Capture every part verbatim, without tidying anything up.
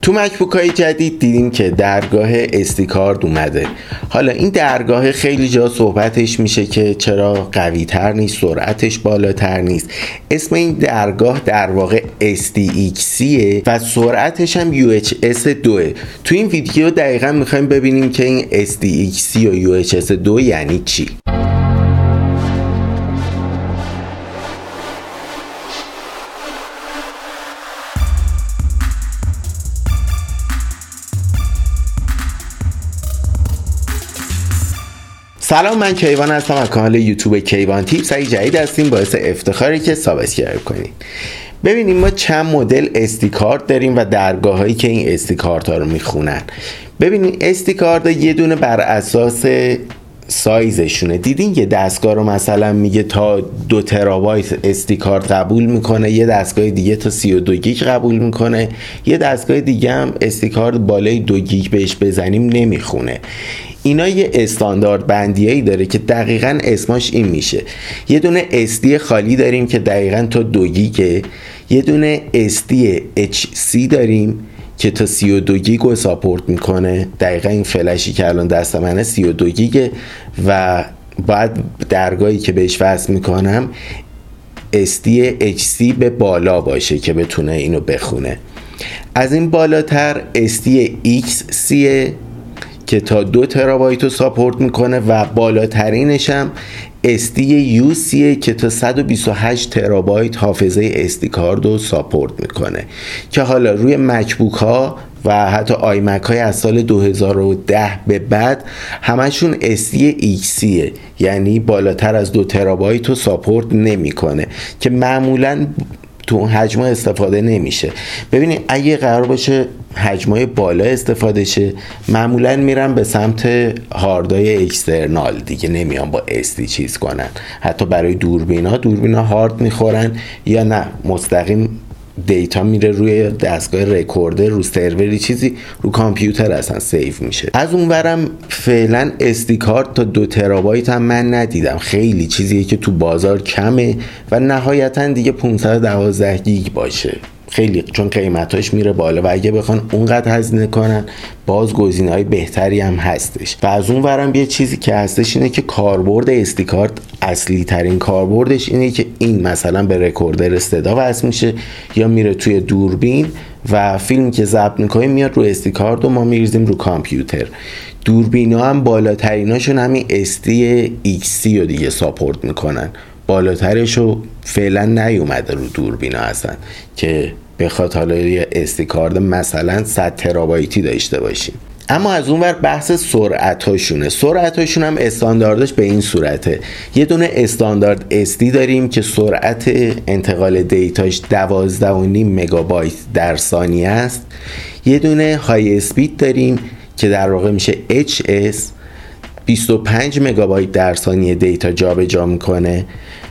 تو مکبوک های جدید دیدیم که درگاه اس دی کارت اومده. حالا این درگاه خیلی جا صحبتش میشه که چرا قوی تر نیست، سرعتش بالاتر نیست. اسم این درگاه در واقع اس دی ایکس سی و سرعتش هم یو اچ اس دو. تو این ویدیو دقیقا میخوایم ببینیم که این اس دی ایکس سی و یو اچ اس دو یعنی چی. سلام، من کیوان هستم از کانال یوتیوب کیوان تیپس. اگه جدید هستیم باعث افتخاره که سابسکرایب کنید. ببینیم ما چند مدل اس دی کارت داریم و درگاه هایی که این اس دی کارت ها رو میخونن. ببینید اس دی کارت ها یه دونه بر اساس سایزشونه. دیدین یه دستگاه رو مثلا میگه تا دو ترابایت اس دی کارت قبول میکنه، یه دستگاه دیگه تا سی و دو گیگ قبول میکنه، یه دستگاه دیگه هم اس دی کارت بالای دو گیگ بهش بزنیم نمیخونه. اینا یه استاندارد بندیایی داره که دقیقاً اسمش این میشه. یه دونه اس دی خالی داریم که دقیقاً تا دو گیگه، یه دونه اس دی اچ سی داریم که تا سی و دو گیگ رو ساپورت میکنه. دقیقاً این فلشی که الان دست منه سی و دو گیگه و بعد درگاهی که بهش وصل میکنم اس دی اچ سی به بالا باشه که بتونه اینو بخونه. از این بالاتر اس دی ایکس سی که تا دو ترابایت رو ساپورت میکنه و بالاترینش هم اس دی یو سی که تا صد و بیست و هشت ترابایت حافظه اس دی کارت رو ساپورت میکنه که حالا روی مکبوک ها و حتی آی مک های از سال دو هزار و ده به بعد همشون اس دی ایکس سی، یعنی بالاتر از دو ترابایت رو ساپورت نمیکنه که معمولاً تو حجم استفاده نمیشه. ببینید اگه قرار باشه حجمای بالا استفاده شه معمولا میرن به سمت هاردای اکسترنال دیگه، نمیان با اس دی چیز کنن. حتی برای دوربینا دوربینا هارد میخورن یا نه مستقیم دیتا میره روی دستگاه رکوردر، رو سروری چیزی رو کامپیوتر اصلا سیو میشه. از اونورم فعلا اس دی کارت تا دو ترابایت هم من ندیدم. خیلی چیزیه که تو بازار کمه و نهایتا دیگه پانصد و دوازده گیگ باشه خیلی، چون قیمتاش میره بالا و اگه بخوان اونقدر هزینه کنن باز گزینه‌های بهتری هم هستش. و از اون ورم یه چیزی که هستش اینه که کاربرد اس دی کارت اصلی ترین کاربردش اینه که این مثلا به رکوردر صدا وصل میشه یا میره توی دوربین و فیلم که ضبط میکنیم میاد رو اس دی کارت و ما میریزیم رو کامپیوتر. دوربینا هم بالاتریناشون همین اس دی ایکس سی رو دیگه ساپورت میکنن. بالاترشو فعلا نیومده رو دوربینا اصلا که بخواد حالا یه اس دی کارت مثلا صد ترابایتی داشته باشیم. اما از اون ور بحث سرعت هاشونه. سرعت هاشون هم استانداردش به این صورته. یه دونه استاندارد اس دی داریم که سرعت انتقال دیتاش دوازده و نیم مگابایت در ثانیه است. یه دونه های اسپید داریم که در واقع میشه اچ اس، بیست و پنج مگابایت در ثانیه دیتا جابجا میکنه.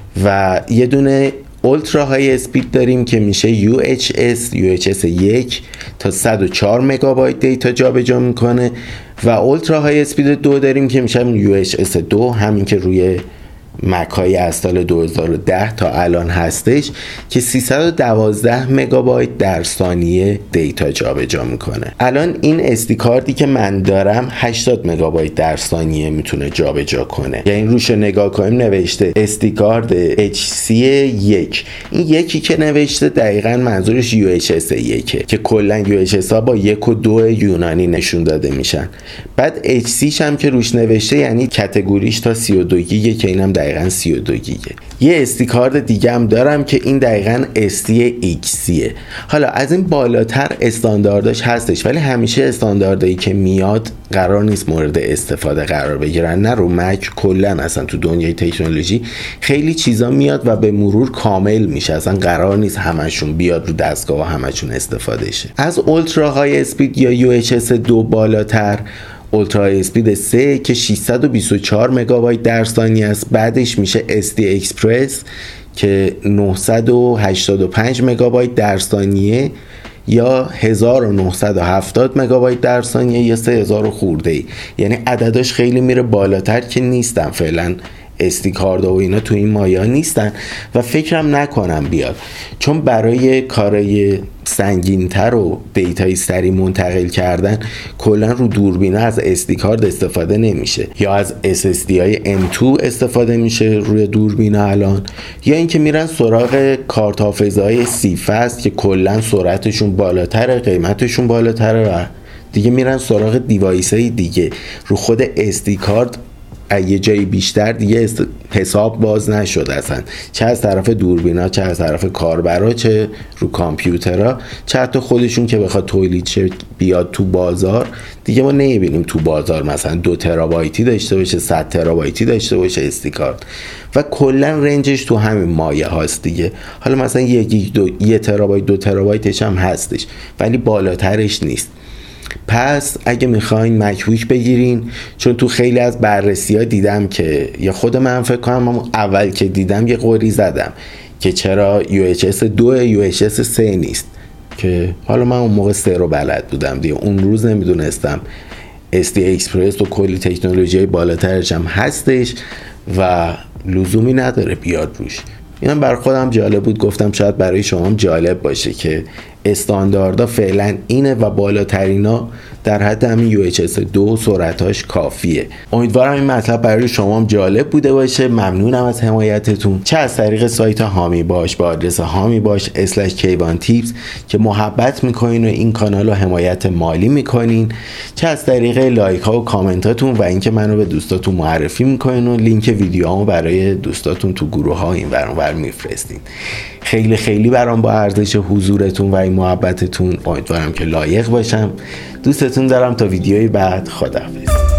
و یه دونه اولترا های اسپید داریم که میشه یو اچ اس، یو اچ اس یک تا صد و چهار مگابایت دیتا جابجا میکنه. و اولترا های اسپید دو داریم که میشه یو اچ اس دو، همین که روی مک های از سال دو هزار و ده تا الان هستش که سیصد و دوازده مگابایت در ثانیه دیتا جابجا میکنه. الان این اس دی کارتی که من دارم هشتاد مگابایت در ثانیه میتونه جابجا کنه. یعنی روش نگاه کنیم نوشته اس دی کارت اچ سی یک. این یکی که نوشته دقیقاً منظورش یو اچ اس یک که کلا یو اچ اس ها با یک و دو یونانی نشون داده میشن. بعد اچ سی هم که روش نوشته یعنی کاتگوریش تا سی و دو گیگه که اینم دقیقاً سی و دو گیگه. یه اس دی کارت دیگه هم دارم که این دقیقاً اس دی ایکس سیه. حالا از این بالاتر استاندارداش هستش ولی همیشه استانداردایی که میاد قرار نیست مورد استفاده قرار بگیرن. نه رو مک، کلا اصلا تو دنیای تکنولوژی خیلی چیزا میاد و به مرور کامل میشه. اصلا قرار نیست همشون بیاد رو دستگاه و همشون استفاده شه. از اولترا های اسپید یا یو اچ اس دو بالاتر اولترا اسپید سه که ششصد و بیست و چهار مگابایت در ثانیه است. بعدش میشه اس دی اکسپرس که نهصد و هشتاد و پنج مگابایت در ثانیه یا هزار و نهصد و هفتاد مگابایت در ثانیه یا سه هزار خورده ای. یعنی عدداش خیلی میره بالاتر که نیستن فعلا اس دی کارت و اینا تو این مایا نیستن و فکرم نکنم بیاد، چون برای کارای سنگین‌تر و دیتای سریع منتقل کردن کلا رو دوربینا از اس دی کارت استفاده نمیشه، یا از اس اس دی های ام دو استفاده میشه روی دوربینا الان، یا اینکه میرن سراغ کارت حافظه های سی فست که کلا سرعتشون بالاتره، قیمتشون بالاتره و دیگه میرن سراغ دیوایس های دیگه. رو خود اس دی کارت یه جایی بیشتر دیگه حساب باز نشد اصلا، چه از طرف دوربینا، چه از طرف کاربرا، چه رو کامپیوترها، چه حتی خودشون که بخواد تولید شه بیاد تو بازار. دیگه ما نمیبینیم تو بازار مثلا دو ترابایتی داشته باشه، صد ترابایتی داشته باشه اس دی کارت و کلا رنجش تو همین مایه هاست دیگه. حالا مثلا یک دو یه ترابایت دو ترابایتش هم هستش ولی بالاترش نیست. پس اگه میخواین مکبوک بگیرین، چون تو خیلی از بررسی ها دیدم که، یا خود من فکر کنم اول که دیدم یه قوری زدم که چرا یو اچ اس دو یو اچ اس سه نیست، که حالا من اون موقع سه رو بلد بودم دیگه، اون روز نمیدونستم اس دی اکسپرس و کلی تکنولوژی بالاترش هم هستش و لزومی نداره بیاد روش. اینم بر خودم جالب بود، گفتم شاید برای شما هم جالب باشه که استانداردها فعلا اینه و بالاترینا در حد همین یو اچ اس دو سرعتاش کافیه. امیدوارم این مطلب برای شما هم جالب بوده باشه. ممنونم از حمایتتون، چه از طریق سایت هامی باش با آدرس هامی باش اسلش کیوان تیپس که محبت میکنین و این کانال رو حمایت مالی میکنین، چه از طریق لایک ها و کامنتاتون و اینکه منو به دوستاتون معرفی میکنین و لینک ویدیوامو برای دوستاتون تو گروه ها این ور اون ور میفرستین. خیلی خیلی برام با ارزش حضورتون و این محبتتون. امیدوارم که لایق باشم. دوستتون دارم. تا ویدیوی بعد، خداحافظ.